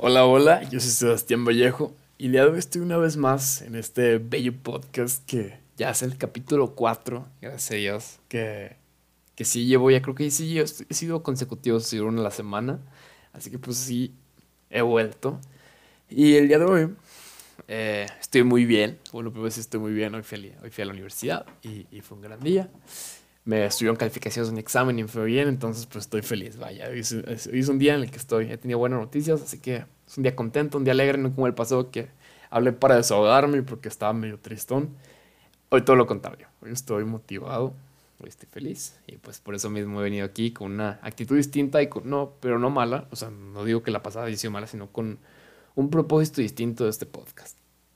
Hola, hola, yo soy Sebastián Vallejo y el día de hoy estoy una vez más en este bello podcast que ya es el capítulo 4, gracias a Dios, que sí llevo, ya creo que sí, he sido consecutivo, soy uno a la semana, así que pues sí, he vuelto. Y el día de hoy estoy muy bien, bueno, pues estoy muy bien, hoy fui a la universidad y fue un gran día. Me estuvieron calificaciones en un examen y me fue bien, entonces pues estoy feliz, vaya. Hoy es un día en el que he tenido buenas noticias, así que es un día contento, un día alegre, no como el pasado que hablé para desahogarme porque estaba medio tristón. Hoy todo lo contrario, hoy estoy motivado, hoy estoy feliz y pues por eso mismo he venido aquí con una actitud distinta no, pero no mala, o sea, no digo que la pasada haya sido mala, sino con un propósito distinto de este podcast.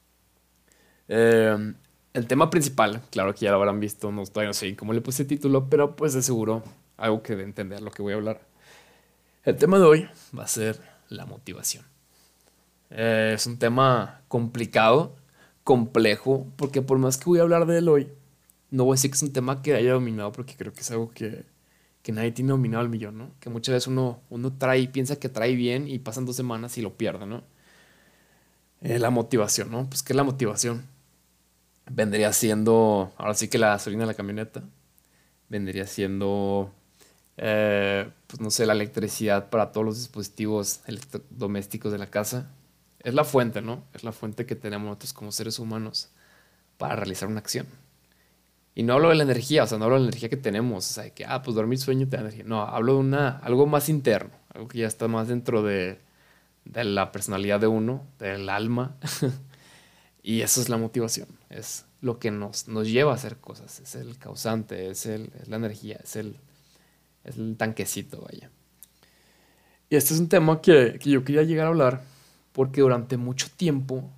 Eh, el tema principal, claro que ya lo habrán visto, no, todavía no sé cómo le puse título, pero pues de seguro algo que de entender lo que voy a hablar. El tema de hoy va a ser la motivación. Es un tema complicado, complejo, porque por más que voy a hablar de él hoy, no voy a decir que es un tema que haya dominado, porque creo que es algo que nadie tiene dominado al millón, ¿no? Que muchas veces uno trae, piensa que trae bien y pasan 2 semanas y lo pierde, ¿no? La motivación, ¿no? Pues, ¿qué es la motivación? Vendría siendo, ahora sí que la gasolina de la camioneta, vendría siendo, pues no sé, la electricidad para todos los dispositivos electrodomésticos de la casa. Es la fuente, ¿no? Es la fuente que tenemos nosotros como seres humanos para realizar una acción. Y no hablo de la energía, o sea, no hablo de la energía que tenemos, o sea, de que, pues dormir sueño te da energía. No, hablo de algo más interno, algo que ya está más dentro de la personalidad de uno, del alma. Y eso es la motivación, es lo que nos lleva a hacer cosas, es el causante, es la energía, es el tanquecito, vaya. Y este es un tema que yo quería llegar a hablar porque durante mucho tiempo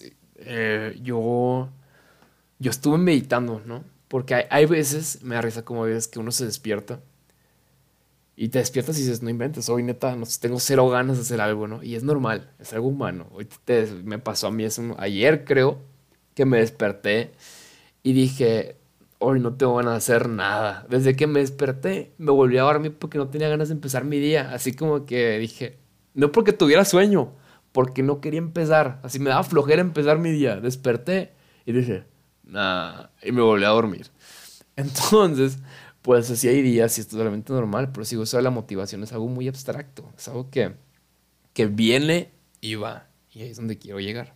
yo estuve meditando, ¿no? Porque hay veces, me da risa como ves que uno se despierta y te despiertas y dices, no inventes, hoy neta, no sé, tengo cero ganas de hacer algo, ¿no? Y es normal, es algo humano. Me pasó a mí ayer, creo, que me desperté y dije, hoy no tengo ganas de hacer nada. Desde que me desperté, me volví a dormir porque no tenía ganas de empezar mi día. Así como que dije, no porque tuviera sueño, porque no quería empezar. Así me daba flojera empezar mi día. Desperté y dije, nah, y me volví a dormir. Entonces, pues así hay días y es totalmente normal, pero sigo, eso de la motivación es algo muy abstracto. Es algo que viene y va. Y ahí es donde quiero llegar.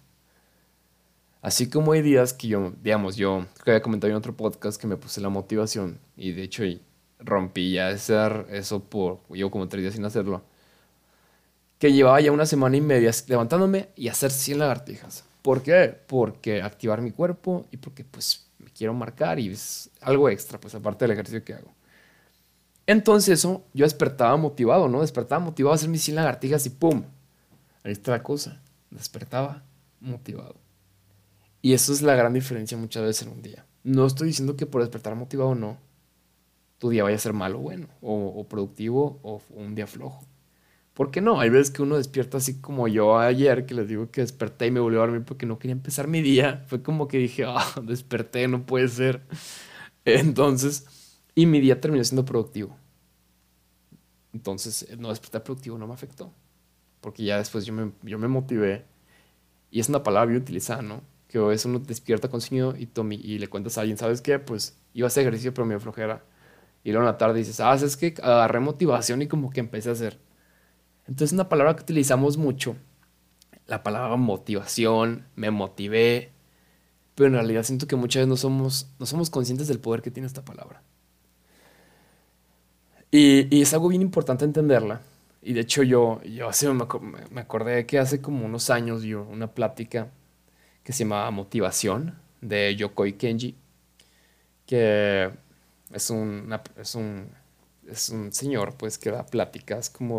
Así como hay días que yo, digamos, yo creo que había comentado en otro podcast que me puse la motivación y de hecho y rompí ya eso llevo como 3 días sin hacerlo, que llevaba ya una semana y media levantándome y hacer 100 lagartijas. ¿Por qué? Porque activar mi cuerpo y porque pues me quiero marcar y es algo extra, pues aparte del ejercicio que hago. Entonces eso, yo despertaba motivado, ¿no? Despertaba motivado a hacer mis 100 lagartijas y ¡pum! Ahí está la cosa. Despertaba motivado. Y eso es la gran diferencia muchas veces en un día. No estoy diciendo que por despertar motivado o no, tu día vaya a ser malo o bueno, o productivo o un día flojo. ¿Por qué no? Hay veces que uno despierta así como yo ayer, que les digo que desperté y me volví a dormir porque no quería empezar mi día. Fue como que dije, desperté, no puede ser. Entonces, y mi día terminó siendo productivo. Entonces, no despertar productivo no me afectó, porque ya después yo me motivé. Y es una palabra bien utilizada, ¿no? Que a veces uno despierta con sueño y le cuentas a alguien, ¿sabes qué? Pues iba a hacer ejercicio, pero me dio flojera. Y luego en la tarde dices, es que agarré motivación y como que empecé a hacer. Entonces, una palabra que utilizamos mucho, la palabra motivación, me motivé, pero en realidad siento que muchas veces no somos conscientes del poder que tiene esta palabra. Y es algo bien importante entenderla. Y de hecho yo me acordé que hace como unos años dio una plática que se llamaba Motivación de Yokoi Kenji, que es un señor pues que da pláticas como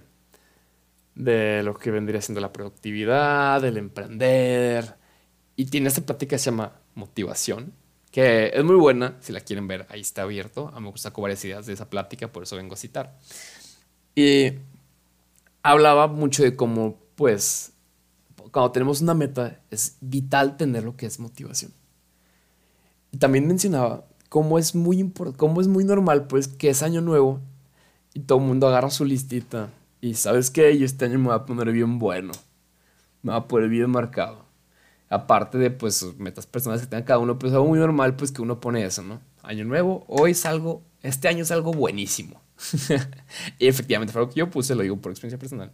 de lo que vendría siendo la productividad, del emprender. Y tiene esta plática que se llama Motivación, que es muy buena, si la quieren ver, ahí está abierto. A mí me gusta con varias ideas de esa plática, por eso vengo a citar. Y hablaba mucho de cómo, pues, cuando tenemos una meta, es vital tener lo que es motivación. Y también mencionaba cómo es muy normal, pues, que es año nuevo y todo el mundo agarra su listita Y ¿sabes qué? Yo este año me voy a poner bien bueno. Me va a poner bien marcado. Aparte de, pues, sus metas personales que tenga cada uno, pues algo muy normal, pues que uno pone eso, ¿no? Año nuevo, hoy salgo, este año es algo buenísimo. Y efectivamente fue algo que yo puse, lo digo por experiencia personal.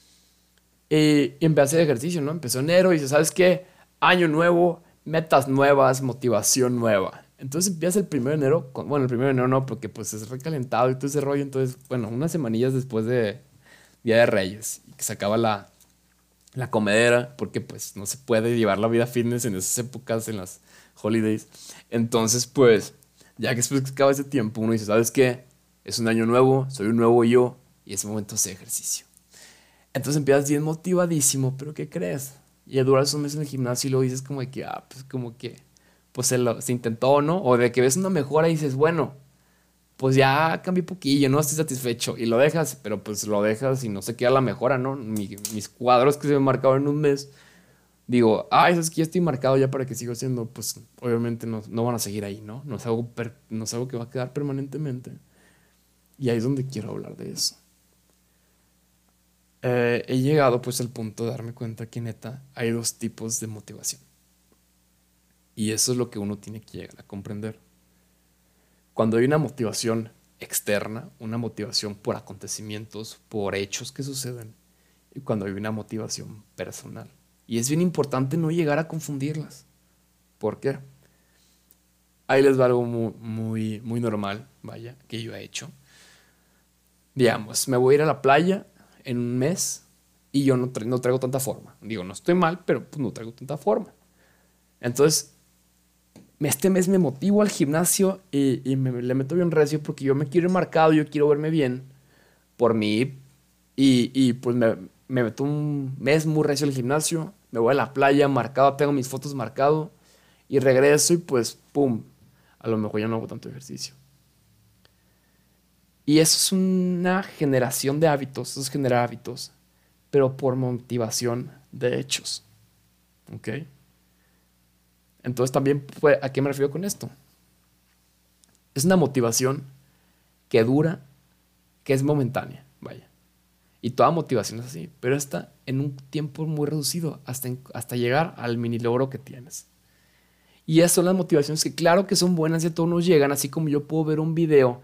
Y empecé a hacer ejercicio, ¿no? Empezó enero y dice, ¿sabes qué? Año nuevo, metas nuevas, motivación nueva. Entonces empieza el 1 de enero, bueno, el 1 de enero no, porque pues es recalentado y todo ese rollo. Entonces, bueno, unas semanillas después de Día de Reyes, y que se acaba la comedera, porque pues no se puede llevar la vida fitness en esas épocas, en las holidays. Entonces, pues, ya que después que acaba ese tiempo, uno dice, ¿sabes qué? Es un año nuevo, soy un nuevo yo, y es momento de hacer ejercicio. Entonces empiezas bien motivadísimo, pero ¿qué crees? Y ya duras un mes en el gimnasio y luego dices como de que, pues como que, pues se intentó, ¿no? O de que ves una mejora y dices, bueno, pues ya cambié poquillo, no estoy satisfecho. Y lo dejas, pero pues lo dejas y no se queda la mejora, ¿no? Mis cuadros que se me marcaron en un mes, digo, eso es que ya estoy marcado ya para que siga haciendo, pues obviamente no van a seguir ahí, ¿no? No es algo que va a quedar permanentemente. Y ahí es donde quiero hablar de eso. He llegado pues al punto de darme cuenta que neta hay dos tipos de motivación. Y eso es lo que uno tiene que llegar a comprender. Cuando hay una motivación externa, una motivación por acontecimientos, por hechos que suceden, y cuando hay una motivación personal. Y es bien importante no llegar a confundirlas. ¿Por qué? Ahí les va algo muy, muy, muy normal, vaya, que yo he hecho. Digamos, me voy a ir a la playa en un mes y yo no traigo tanta forma. Digo, no estoy mal, pero pues no traigo tanta forma. Entonces, este mes me motivo al gimnasio y le meto bien recio porque yo me quiero ir marcado, yo quiero verme bien por mí. Y pues me meto un mes muy recio al gimnasio, me voy a la playa marcado, tengo mis fotos marcado y regreso y pues, ¡pum! A lo mejor ya no hago tanto ejercicio. Y eso es una generación de hábitos, eso es generar hábitos, pero por motivación de hechos, ¿ok? Entonces también, pues, ¿a qué me refiero con esto? Es una motivación que dura, que es momentánea, vaya. Y toda motivación es así, pero está en un tiempo muy reducido, hasta llegar al mini logro que tienes. Y esas son las motivaciones que claro que son buenas y a todos nos llegan, así como yo puedo ver un video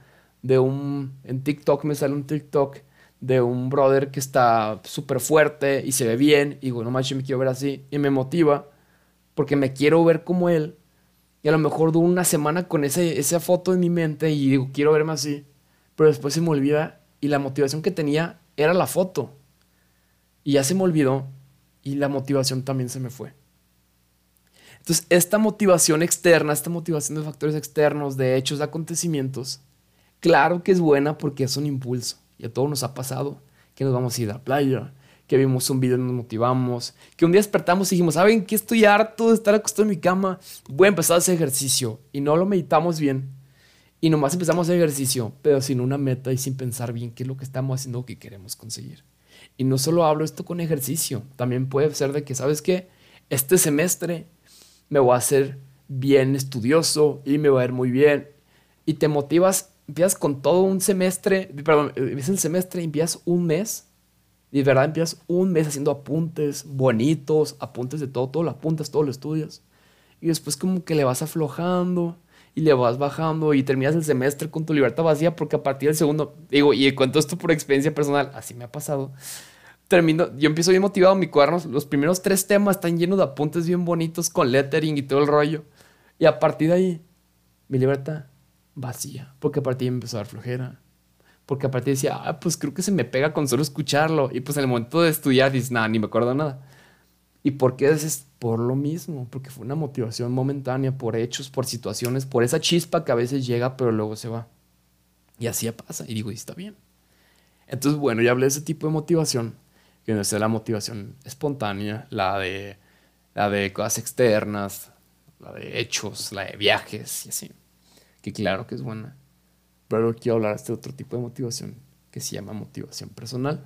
en TikTok me sale un TikTok de un brother que está súper fuerte y se ve bien, y digo, no manches, me quiero ver así, y me motiva porque me quiero ver como él, y a lo mejor duro una semana con esa foto en mi mente y digo, quiero verme así, pero después se me olvida y la motivación que tenía era la foto, y ya se me olvidó y la motivación también se me fue. Entonces, esta motivación externa, esta motivación de factores externos, de hechos, de acontecimientos, claro que es buena porque es un impulso. Y a todos nos ha pasado que nos vamos a ir a la playa, que vimos un video y nos motivamos, que un día despertamos y dijimos, ¿saben qué? Estoy harto de estar acostado en mi cama, voy a empezar a hacer ejercicio. Y no lo meditamos bien. Y nomás empezamos a hacer ejercicio, pero sin una meta y sin pensar bien qué es lo que estamos haciendo o qué queremos conseguir. Y no solo hablo esto con ejercicio, también puede ser de que, ¿sabes qué? Este semestre me voy a hacer bien estudioso y me va a ir muy bien. Y te motivas, empiezas con todo un semestre, perdón, empiezas el semestre y empiezas un mes. Y de verdad empiezas un mes haciendo apuntes bonitos, apuntes de todo, todo lo apuntas, todo lo estudias. Y después como que le vas aflojando y le vas bajando y terminas el semestre con tu libertad vacía porque a partir del segundo, digo, y cuento esto por experiencia personal, así me ha pasado. Yo empiezo bien motivado, mi cuaderno, los primeros 3 temas están llenos de apuntes bien bonitos con lettering y todo el rollo. Y a partir de ahí, mi libertad vacía, porque a partir de ahí me empezó a dar flojera. Porque a partir decía, pues creo que se me pega con solo escucharlo. Y pues en el momento de estudiar dices, nada, ni me acuerdo nada. ¿Y por qué es por lo mismo? Porque fue una motivación momentánea, por hechos, por situaciones, por esa chispa que a veces llega, pero luego se va. Y así pasa. Y digo, y está bien. Entonces, bueno, ya hablé de ese tipo de motivación, que no es la motivación espontánea, la de cosas externas, la de hechos, la de viajes y así. Que claro que es buena. Pero ahora quiero hablar de este otro tipo de motivación que se llama motivación personal.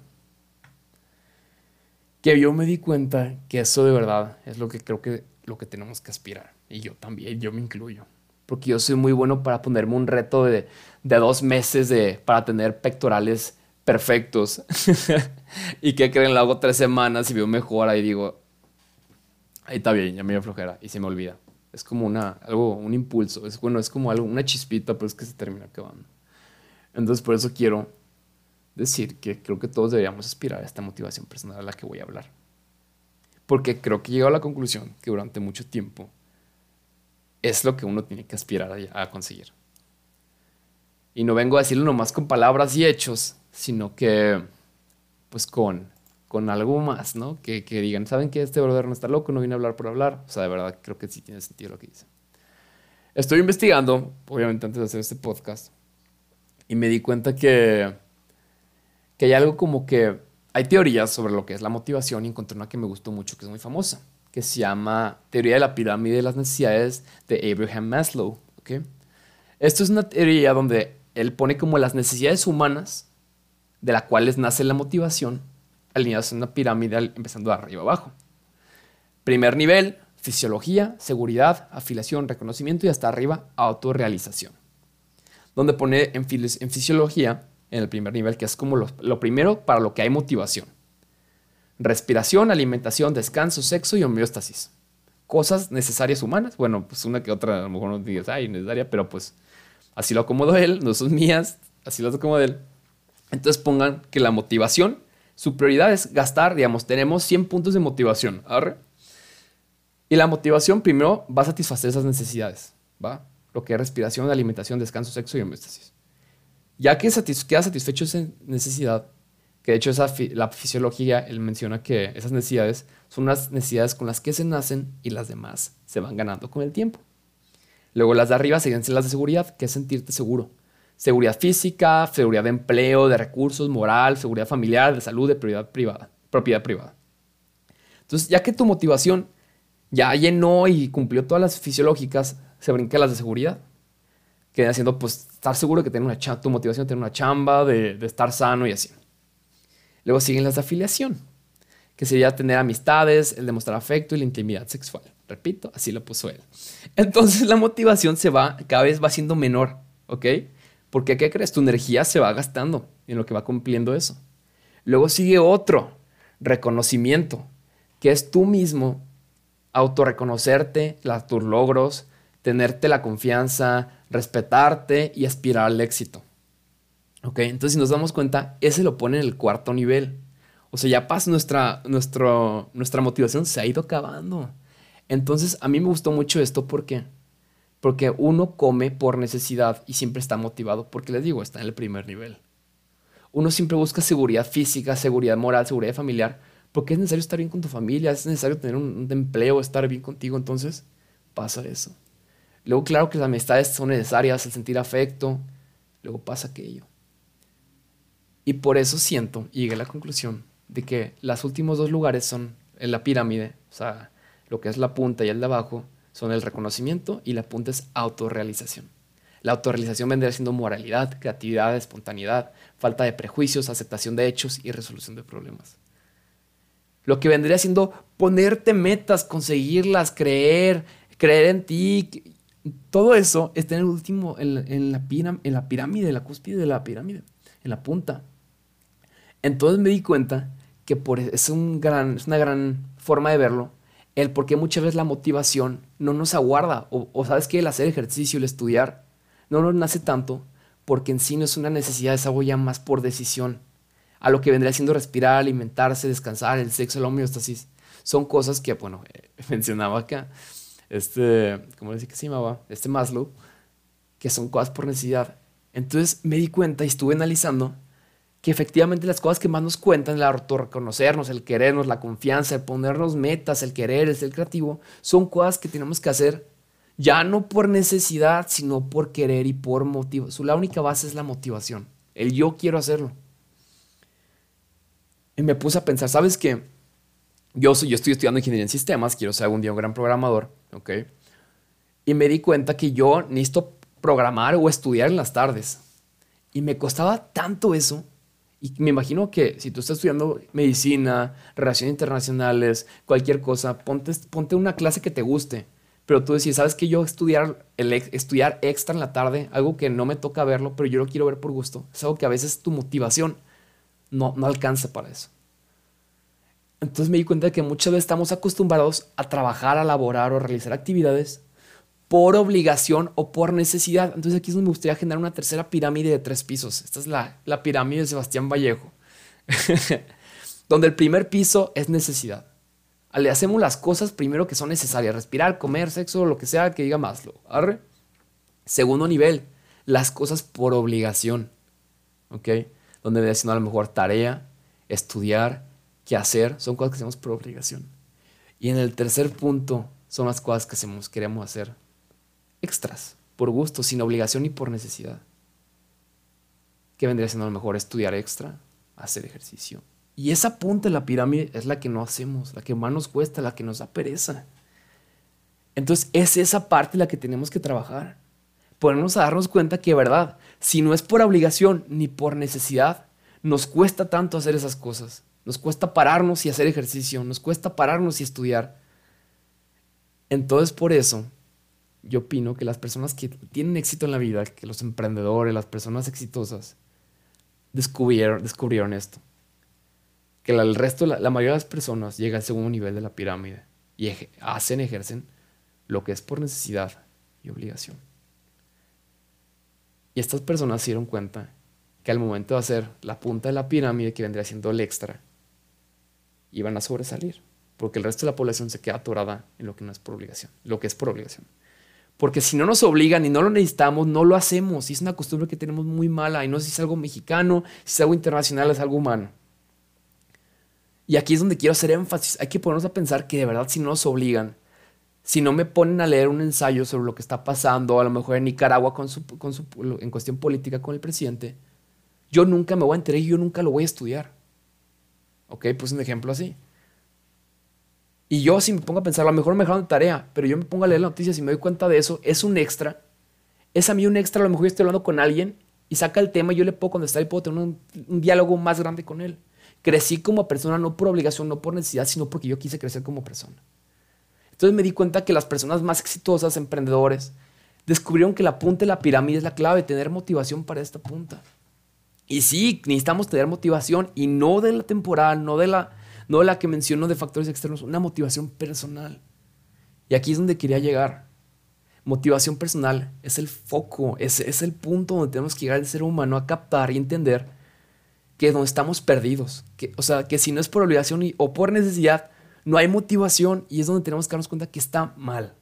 Que yo me di cuenta que eso de verdad es lo que creo que lo que tenemos que aspirar. Y yo también, yo me incluyo. Porque yo soy muy bueno para ponerme un reto de 2 meses para tener pectorales perfectos. ¿Y qué creen? Lo hago 3 semanas y veo mejora y digo, ahí está bien, ya me dio flojera y se me olvida. Es como un impulso, bueno, es como algo, una chispita, pero es que se termina acabando. Entonces por eso quiero decir que creo que todos deberíamos aspirar a esta motivación personal a la que voy a hablar. Porque creo que he llegado a la conclusión que durante mucho tiempo es lo que uno tiene que aspirar a conseguir. Y no vengo a decirlo nomás con palabras y hechos, sino que pues con algo más, ¿no? Que digan, ¿saben qué? Este brother no está loco, no viene a hablar por hablar. O sea, de verdad creo que sí tiene sentido lo que dice. Estoy investigando, obviamente antes de hacer este podcast, y me di cuenta que hay algo como que hay teorías sobre lo que es la motivación y encontré una que me gustó mucho, que es muy famosa, que se llama Teoría de la Pirámide de las Necesidades de Abraham Maslow. ¿Ok? Esto es una teoría donde él pone como las necesidades humanas de las cuales nace la motivación alineadas en una pirámide empezando de arriba abajo. Primer nivel, fisiología, seguridad, afiliación, reconocimiento y hasta arriba, autorrealización. Donde pone en fisiología, en el primer nivel, que es como lo primero para lo que hay motivación. Respiración, alimentación, descanso, sexo y homeostasis. Cosas necesarias humanas. Bueno, pues una que otra a lo mejor no digas, ay, necesaria, pero pues así lo acomodó él, no son mías, así lo acomodó él. Entonces pongan que la motivación, su prioridad es gastar, digamos, tenemos 100 puntos de motivación. ¿Arre? Y la motivación primero va a satisfacer esas necesidades, ¿va? Lo que es respiración, alimentación, descanso, sexo y homeostasis. Ya que queda satisfecho esa necesidad, que de hecho la fisiología, él menciona que esas necesidades son las necesidades con las que se nacen y las demás se van ganando con el tiempo. Luego las de arriba serían las de seguridad, que es sentirte seguro. Seguridad física, seguridad de empleo, de recursos, moral, seguridad familiar, de salud, de propiedad privada. Entonces, ya que tu motivación ya llenó y cumplió todas las fisiológicas, se brinca las de seguridad. Que viene haciendo, pues, estar seguro de que tu motivación de tener una chamba, de estar sano y así. Luego siguen las de afiliación, que sería tener amistades, el demostrar afecto y la intimidad sexual. Repito, así lo puso él. Entonces la motivación cada vez va siendo menor, ¿ok? Porque, ¿qué crees? Tu energía se va gastando en lo que va cumpliendo eso. Luego sigue otro, reconocimiento, que es tú mismo autorreconocerte, tus logros, tenerte la confianza, respetarte y aspirar al éxito. ¿Ok? Entonces, si nos damos cuenta, ese lo pone en el cuarto nivel. O sea, ya pasa nuestra motivación se ha ido acabando. Entonces, a mí me gustó mucho esto. ¿Por qué? Porque uno come por necesidad y siempre está motivado. Porque les digo, está en el primer nivel. Uno siempre busca seguridad física, seguridad moral, seguridad familiar. Porque es necesario estar bien con tu familia, es necesario tener un empleo, estar bien contigo. Entonces, pasa eso. Luego, claro que las amistades son necesarias, el sentir afecto. Luego pasa aquello. Y por eso siento, y llegué a la conclusión, de que los últimos dos lugares son en la pirámide, o sea, lo que es la punta y el de abajo, son el reconocimiento y la punta es autorrealización. La autorrealización vendría siendo moralidad, creatividad, espontaneidad, falta de prejuicios, aceptación de hechos y resolución de problemas. Lo que vendría siendo ponerte metas, conseguirlas, creer en ti. Todo eso está en el último, en la pirámide, en la cúspide de la pirámide, en la punta. Entonces me di cuenta que es una gran forma de verlo, el por qué muchas veces la motivación no nos aguarda, o sabes que el hacer ejercicio, el estudiar, no nos nace tanto, porque en sí no es una necesidad, es algo ya más por decisión. A lo que vendría siendo respirar, alimentarse, descansar, el sexo, la homeostasis, son cosas que, bueno, mencionaba acá, ¿cómo decía que se llamaba? Maslow, que son cosas por necesidad. Entonces me di cuenta y estuve analizando que efectivamente las cosas que más nos cuentan, el autorreconocernos, el querernos, la confianza, el ponernos metas, el querer, el ser creativo, son cosas que tenemos que hacer ya no por necesidad, sino por querer y por motivo. La única base es la motivación, el yo quiero hacerlo. Y me puse a pensar, ¿sabes qué? Yo estoy estudiando ingeniería en sistemas, quiero ser algún día un gran programador, ¿ok? Y me di cuenta que yo necesito programar o estudiar en las tardes. Y me costaba tanto eso. Y me imagino que si tú estás estudiando medicina, relaciones internacionales, cualquier cosa, ponte una clase que te guste. Pero tú decís, ¿sabes qué? Yo estudiar extra en la tarde, algo que no me toca verlo, pero yo lo quiero ver por gusto. Es algo que a veces tu motivación no alcanza para eso. Entonces me di cuenta de que muchas veces estamos acostumbrados a trabajar, a laborar o a realizar actividades por obligación o por necesidad. Entonces aquí es donde me gustaría generar una tercera pirámide de 3 pisos. Esta es la pirámide de Sebastián Vallejo, donde el primer piso es necesidad. Le hacemos las cosas primero que son necesarias: respirar, comer, sexo, lo que sea que diga Maslow. ¿Arre? Segundo nivel, las cosas por obligación, ¿ok? Donde me haciendo a lo mejor tarea, estudiar, qué hacer, son cosas que hacemos por obligación. Y en el tercer punto son las cosas que queremos hacer extras, por gusto, sin obligación y por necesidad. ¿Qué vendría siendo a lo mejor? Estudiar extra, hacer ejercicio. Y esa punta de la pirámide es la que no hacemos, la que más nos cuesta, la que nos da pereza. Entonces es esa parte la que tenemos que trabajar. Ponernos a darnos cuenta que, verdad, si no es por obligación ni por necesidad, nos cuesta tanto hacer esas cosas. Nos cuesta pararnos y hacer ejercicio, nos cuesta pararnos y estudiar. Entonces por eso yo opino que las personas que tienen éxito en la vida, que los emprendedores, las personas exitosas, descubrieron esto. Que el resto, la mayoría de las personas llega al segundo nivel de la pirámide y ejercen lo que es por necesidad y obligación. Y estas personas se dieron cuenta que al momento de hacer la punta de la pirámide, que vendría siendo el extra, iban a sobresalir, porque el resto de la población se queda atorada en lo que no es por obligación, lo que es por obligación. Porque si no nos obligan y no lo necesitamos, no lo hacemos. Y es una costumbre que tenemos muy mala. Y no sé si es algo mexicano, si es algo internacional, es algo humano. Y aquí es donde quiero hacer énfasis. Hay que ponernos a pensar que de verdad, si no nos obligan, si no me ponen a leer un ensayo sobre lo que está pasando, a lo mejor en Nicaragua en cuestión política con el presidente, yo nunca me voy a enterar y yo nunca lo voy a estudiar. Ok, pues un ejemplo así. Y yo, si me pongo a pensar, a lo mejor me dejaron de tarea, pero yo me pongo a leer las noticias y me doy cuenta de eso, es un extra. Es a mí un extra, a lo mejor yo estoy hablando con alguien y saca el tema y yo le puedo contestar y puedo tener un diálogo más grande con él. Crecí como persona no por obligación, no por necesidad, sino porque yo quise crecer como persona. Entonces me di cuenta que las personas más exitosas, emprendedores, descubrieron que la punta de la pirámide es la clave, tener motivación para esta punta. Y sí, necesitamos tener motivación y no de la temporal, no de la que menciono de factores externos, una motivación personal. Y aquí es donde quería llegar. Motivación personal es el foco, es el punto donde tenemos que llegar el ser humano a captar y entender que donde estamos perdidos. O sea, que si no es por obligación o por necesidad, no hay motivación y es donde tenemos que darnos cuenta que está mal.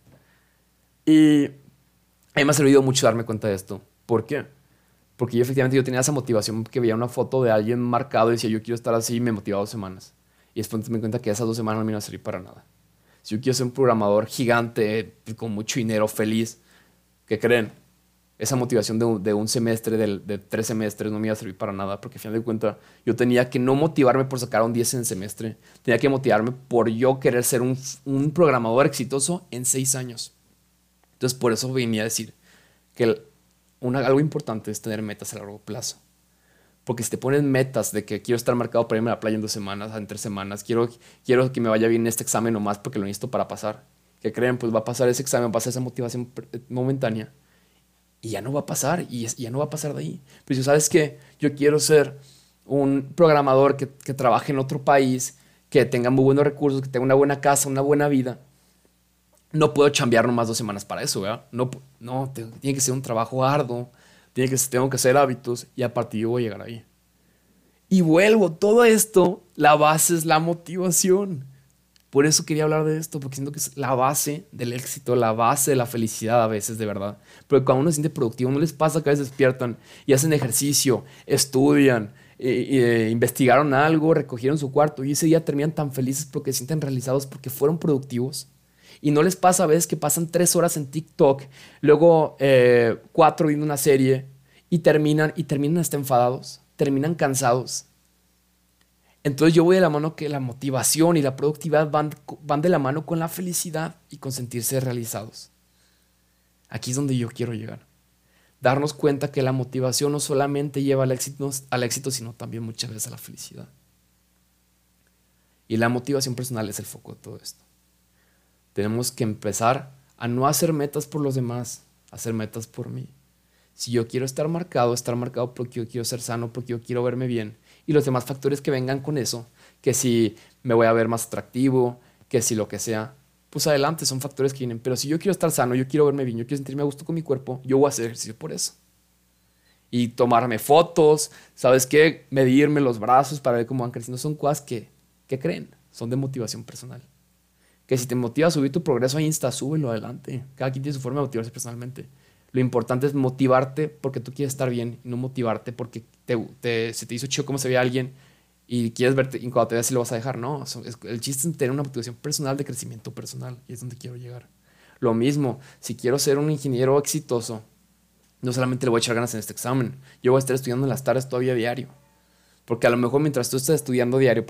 Y a mí me ha servido mucho darme cuenta de esto. ¿Por qué? Porque yo tenía esa motivación que veía una foto de alguien marcado y decía yo quiero estar así y me motivaba 2 semanas. Y después me di cuenta que esas 2 semanas no me iban a servir para nada. Si yo quiero ser un programador gigante, con mucho dinero, feliz, ¿qué creen? Esa motivación de un semestre, de 3 semestres, no me iba a servir para nada, porque al final de cuentas yo tenía que no motivarme por sacar un 10 en el semestre, tenía que motivarme por yo querer ser un programador exitoso en 6 años. Entonces por eso venía a decir que algo importante es tener metas a largo plazo. Porque si te pones metas de que quiero estar marcado para irme a la playa en 2 semanas, en 3 semanas, quiero que me vaya bien este examen nomás porque lo necesito para pasar. ¿Qué creen? Pues va a pasar ese examen, va a ser esa motivación momentánea. Y ya no va a pasar, y ya no va a pasar de ahí. Pero si sabes que yo quiero ser un programador que trabaje en otro país, que tenga muy buenos recursos, que tenga una buena casa, una buena vida, no puedo chambear nomás 2 semanas para eso, ¿verdad? No, tiene que ser un trabajo arduo, tengo que hacer hábitos y a partir de ahí voy a llegar ahí. Y vuelvo, todo esto, la base es la motivación. Por eso quería hablar de esto, porque siento que es la base del éxito, la base de la felicidad a veces, de verdad. Porque cuando uno se siente productivo, no les pasa que a veces despiertan y hacen ejercicio, estudian, investigaron algo, recogieron su cuarto y ese día terminan tan felices porque se sienten realizados porque fueron productivos. Y no les pasa a veces que pasan 3 horas en TikTok, luego 4 viendo una serie y terminan hasta enfadados, terminan cansados. Entonces yo voy de la mano que la motivación y la productividad van de la mano con la felicidad y con sentirse realizados. Aquí es donde yo quiero llegar. Darnos cuenta que la motivación no solamente lleva al éxito, sino también muchas veces a la felicidad. Y la motivación personal es el foco de todo esto. Tenemos que empezar a no hacer metas por los demás, hacer metas por mí. Si yo quiero estar marcado porque yo quiero ser sano, porque yo quiero verme bien Y los demás factores que vengan con eso, que si me voy a ver más atractivo, que si lo que sea, pues adelante, son factores que vienen. Pero si yo quiero estar sano, yo quiero verme bien, yo quiero sentirme a gusto con mi cuerpo, yo voy a hacer ejercicio por eso. Y tomarme fotos, ¿sabes qué? Medirme los brazos para ver cómo van creciendo. Son cosas que creen, son de motivación personal. Que si te motiva a subir tu progreso a Insta, súbelo adelante. Cada quien tiene su forma de motivarse personalmente. Lo importante es motivarte porque tú quieres estar bien y no motivarte porque se te hizo chido cómo se ve alguien y quieres verte y cuando te veas si lo vas a dejar. No, el chiste es tener una motivación personal de crecimiento personal y es donde quiero llegar. Lo mismo, si quiero ser un ingeniero exitoso, no solamente le voy a echar ganas en este examen, yo voy a estar estudiando en las tardes todavía diario. Porque a lo mejor mientras tú estás estudiando diario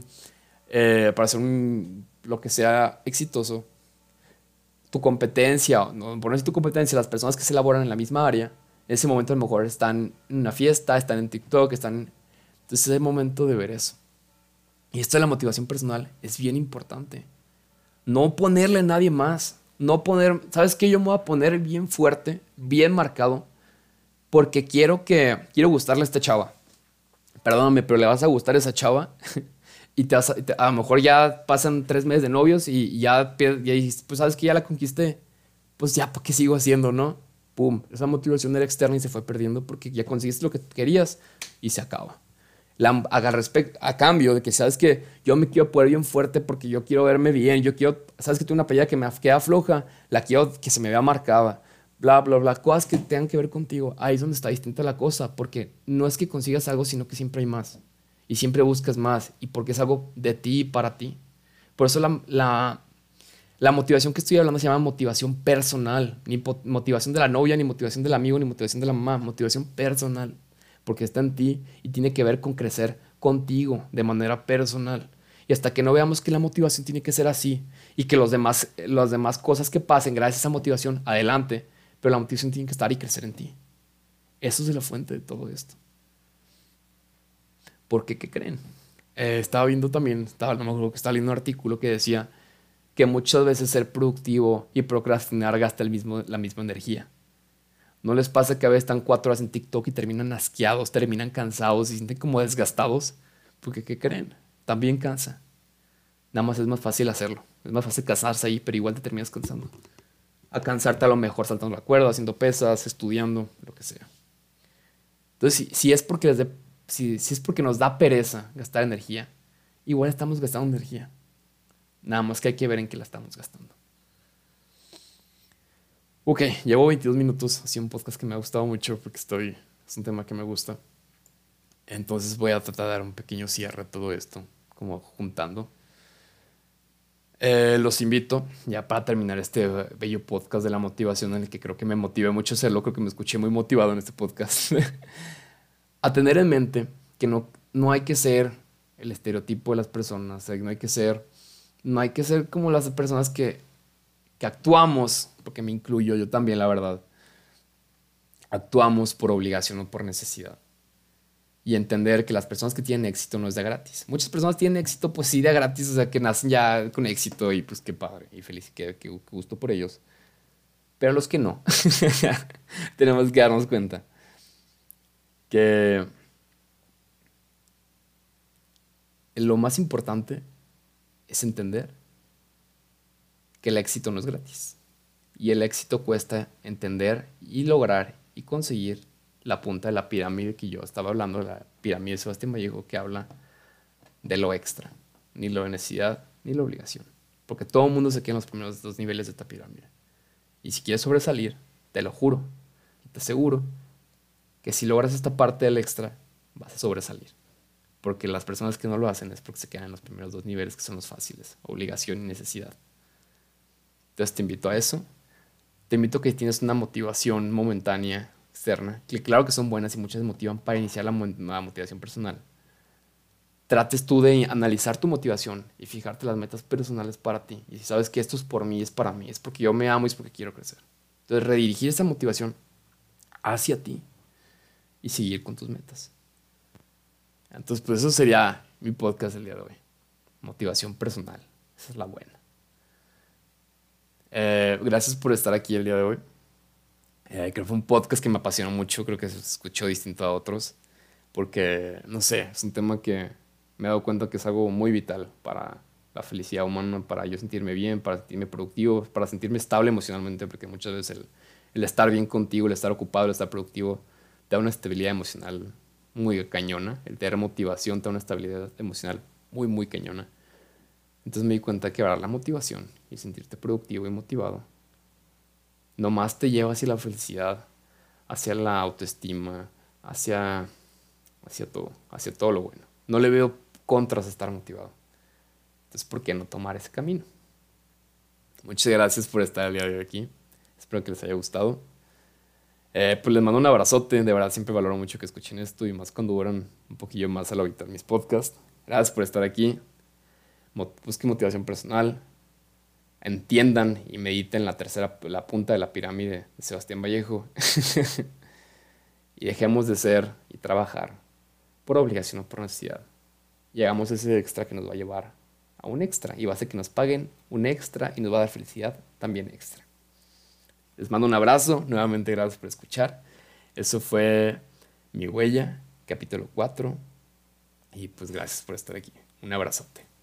lo que sea exitoso, tu competencia, no, por no decir tu competencia, las personas que se elaboran en la misma área, en ese momento a lo mejor están en una fiesta, están en TikTok, están... Entonces es el momento de ver eso. Y esto de la motivación personal es bien importante. No ponerle a nadie más. No poner, ¿sabes qué? Yo me voy a poner bien fuerte, bien marcado, porque quiero gustarle a esta chava. Perdóname, pero le vas a gustar a esa chava y a lo mejor ya pasan 3 meses de novios y ya dices, pues sabes que ya la conquisté, pues ya, ¿para qué sigo haciendo, no? Pum, esa motivación era externa y se fue perdiendo porque ya conseguiste lo que querías y se acaba. A cambio de que sabes que yo me quiero poner bien fuerte porque yo quiero verme bien, yo quiero, sabes que tengo una playera que me queda floja, la quiero que se me vea marcada, bla, bla, bla, cosas que tengan que ver contigo. Ahí es donde está distinta la cosa, porque no es que consigas algo, sino que siempre hay más. Y siempre buscas más, y porque es algo de ti y para ti. Por eso la motivación que estoy hablando se llama motivación personal. Ni motivación de la novia, ni motivación del amigo, ni motivación de la mamá. Motivación personal. Porque está en ti y tiene que ver con crecer contigo de manera personal. Y hasta que no veamos que la motivación tiene que ser así y que las demás cosas que pasen gracias a esa motivación, adelante. Pero la motivación tiene que estar y crecer en ti. Eso es la fuente de todo esto. ¿Por qué? ¿Qué creen? Estaba viendo también, no me acuerdo que estaba leyendo un artículo que decía que muchas veces ser productivo y procrastinar gasta la misma energía. ¿No les pasa que a veces están 4 horas en TikTok y terminan asqueados, terminan cansados y se sienten como desgastados? Porque ¿qué creen? También cansa. Nada más es más fácil hacerlo. Es más fácil cansarse ahí, pero igual te terminas cansando. A cansarte a lo mejor saltando la cuerda, haciendo pesas, estudiando, lo que sea. Entonces, si es porque nos da pereza gastar energía, igual estamos gastando energía. Nada más que hay que ver en qué la estamos gastando. Ok, llevo 22 minutos. Ha sido un podcast que me ha gustado mucho porque es un tema que me gusta. Entonces voy a tratar de dar un pequeño cierre a todo esto, como juntando. Los invito, ya para terminar este bello podcast de la motivación, en el que creo que me motive mucho hacerlo, creo que me escuché muy motivado en este podcast, a tener en mente que no hay que ser el estereotipo de las personas, o sea, no hay que ser como las personas que actuamos, porque me incluyo yo también, la verdad, actuamos por obligación o por necesidad. Y entender que las personas que tienen éxito no es de gratis. Muchas personas tienen éxito, pues sí, de gratis, o sea, que nacen ya con éxito y pues qué padre y feliz, qué gusto por ellos. Pero los que no, tenemos que darnos cuenta que lo más importante es entender que el éxito no es gratis. Y el éxito cuesta entender y lograr y conseguir la punta de la pirámide que yo estaba hablando, la pirámide de Sebastián Vallejo, que habla de lo extra, ni lo de necesidad, ni la obligación. Porque todo el mundo se queda en los primeros 2 niveles de esta pirámide. Y si quieres sobresalir, te lo juro, y te aseguro, que si logras esta parte del extra, vas a sobresalir. Porque las personas que no lo hacen es porque se quedan en los primeros 2 niveles, que son los fáciles, obligación y necesidad. Entonces te invito a eso. Te invito a que si tienes una motivación momentánea, externa, que claro que son buenas y muchas motivan para iniciar la motivación personal. Trates tú de analizar tu motivación y fijarte las metas personales para ti. Y si sabes que esto es por mí, es para mí, es porque yo me amo y es porque quiero crecer. Entonces redirigir esa motivación hacia ti y seguir con tus metas. Entonces pues eso sería mi podcast el día de hoy. Motivación personal. Esa es la buena. Gracias por estar aquí el día de hoy. Creo que fue un podcast que me apasionó mucho. Creo que se escuchó distinto a otros. porque, no sé, es un tema que me he dado cuenta que es algo muy vital para la felicidad humana, para yo sentirme bien, para sentirme productivo, para sentirme estable emocionalmente, porque muchas veces el estar bien contigo, el estar ocupado, el estar productivo, te da una estabilidad emocional muy cañona. El tener motivación te da una estabilidad emocional muy, muy cañona. Entonces me di cuenta que ahora la motivación y sentirte productivo y motivado nomás te lleva hacia la felicidad, hacia la autoestima, hacia, hacia todo lo bueno. No le veo contras a estar motivado. Entonces, ¿por qué no tomar ese camino? Muchas gracias por estar el día de hoy aquí. Espero que les haya gustado. Pues les mando un abrazote. De verdad, siempre valoro mucho que escuchen esto y más cuando duran un poquillo más a la mitad mis podcasts. Gracias por estar aquí. Busquen motivación personal. Entiendan y mediten la punta de la pirámide de Sebastián Vallejo. Y dejemos de ser y trabajar por obligación o por necesidad. Y hagamos ese extra que nos va a llevar a un extra. Y va a hacer que nos paguen un extra y nos va a dar felicidad también extra. Les mando un abrazo. Nuevamente gracias por escuchar. Eso fue Mi Huella, capítulo 4. Y pues gracias por estar aquí. Un abrazote.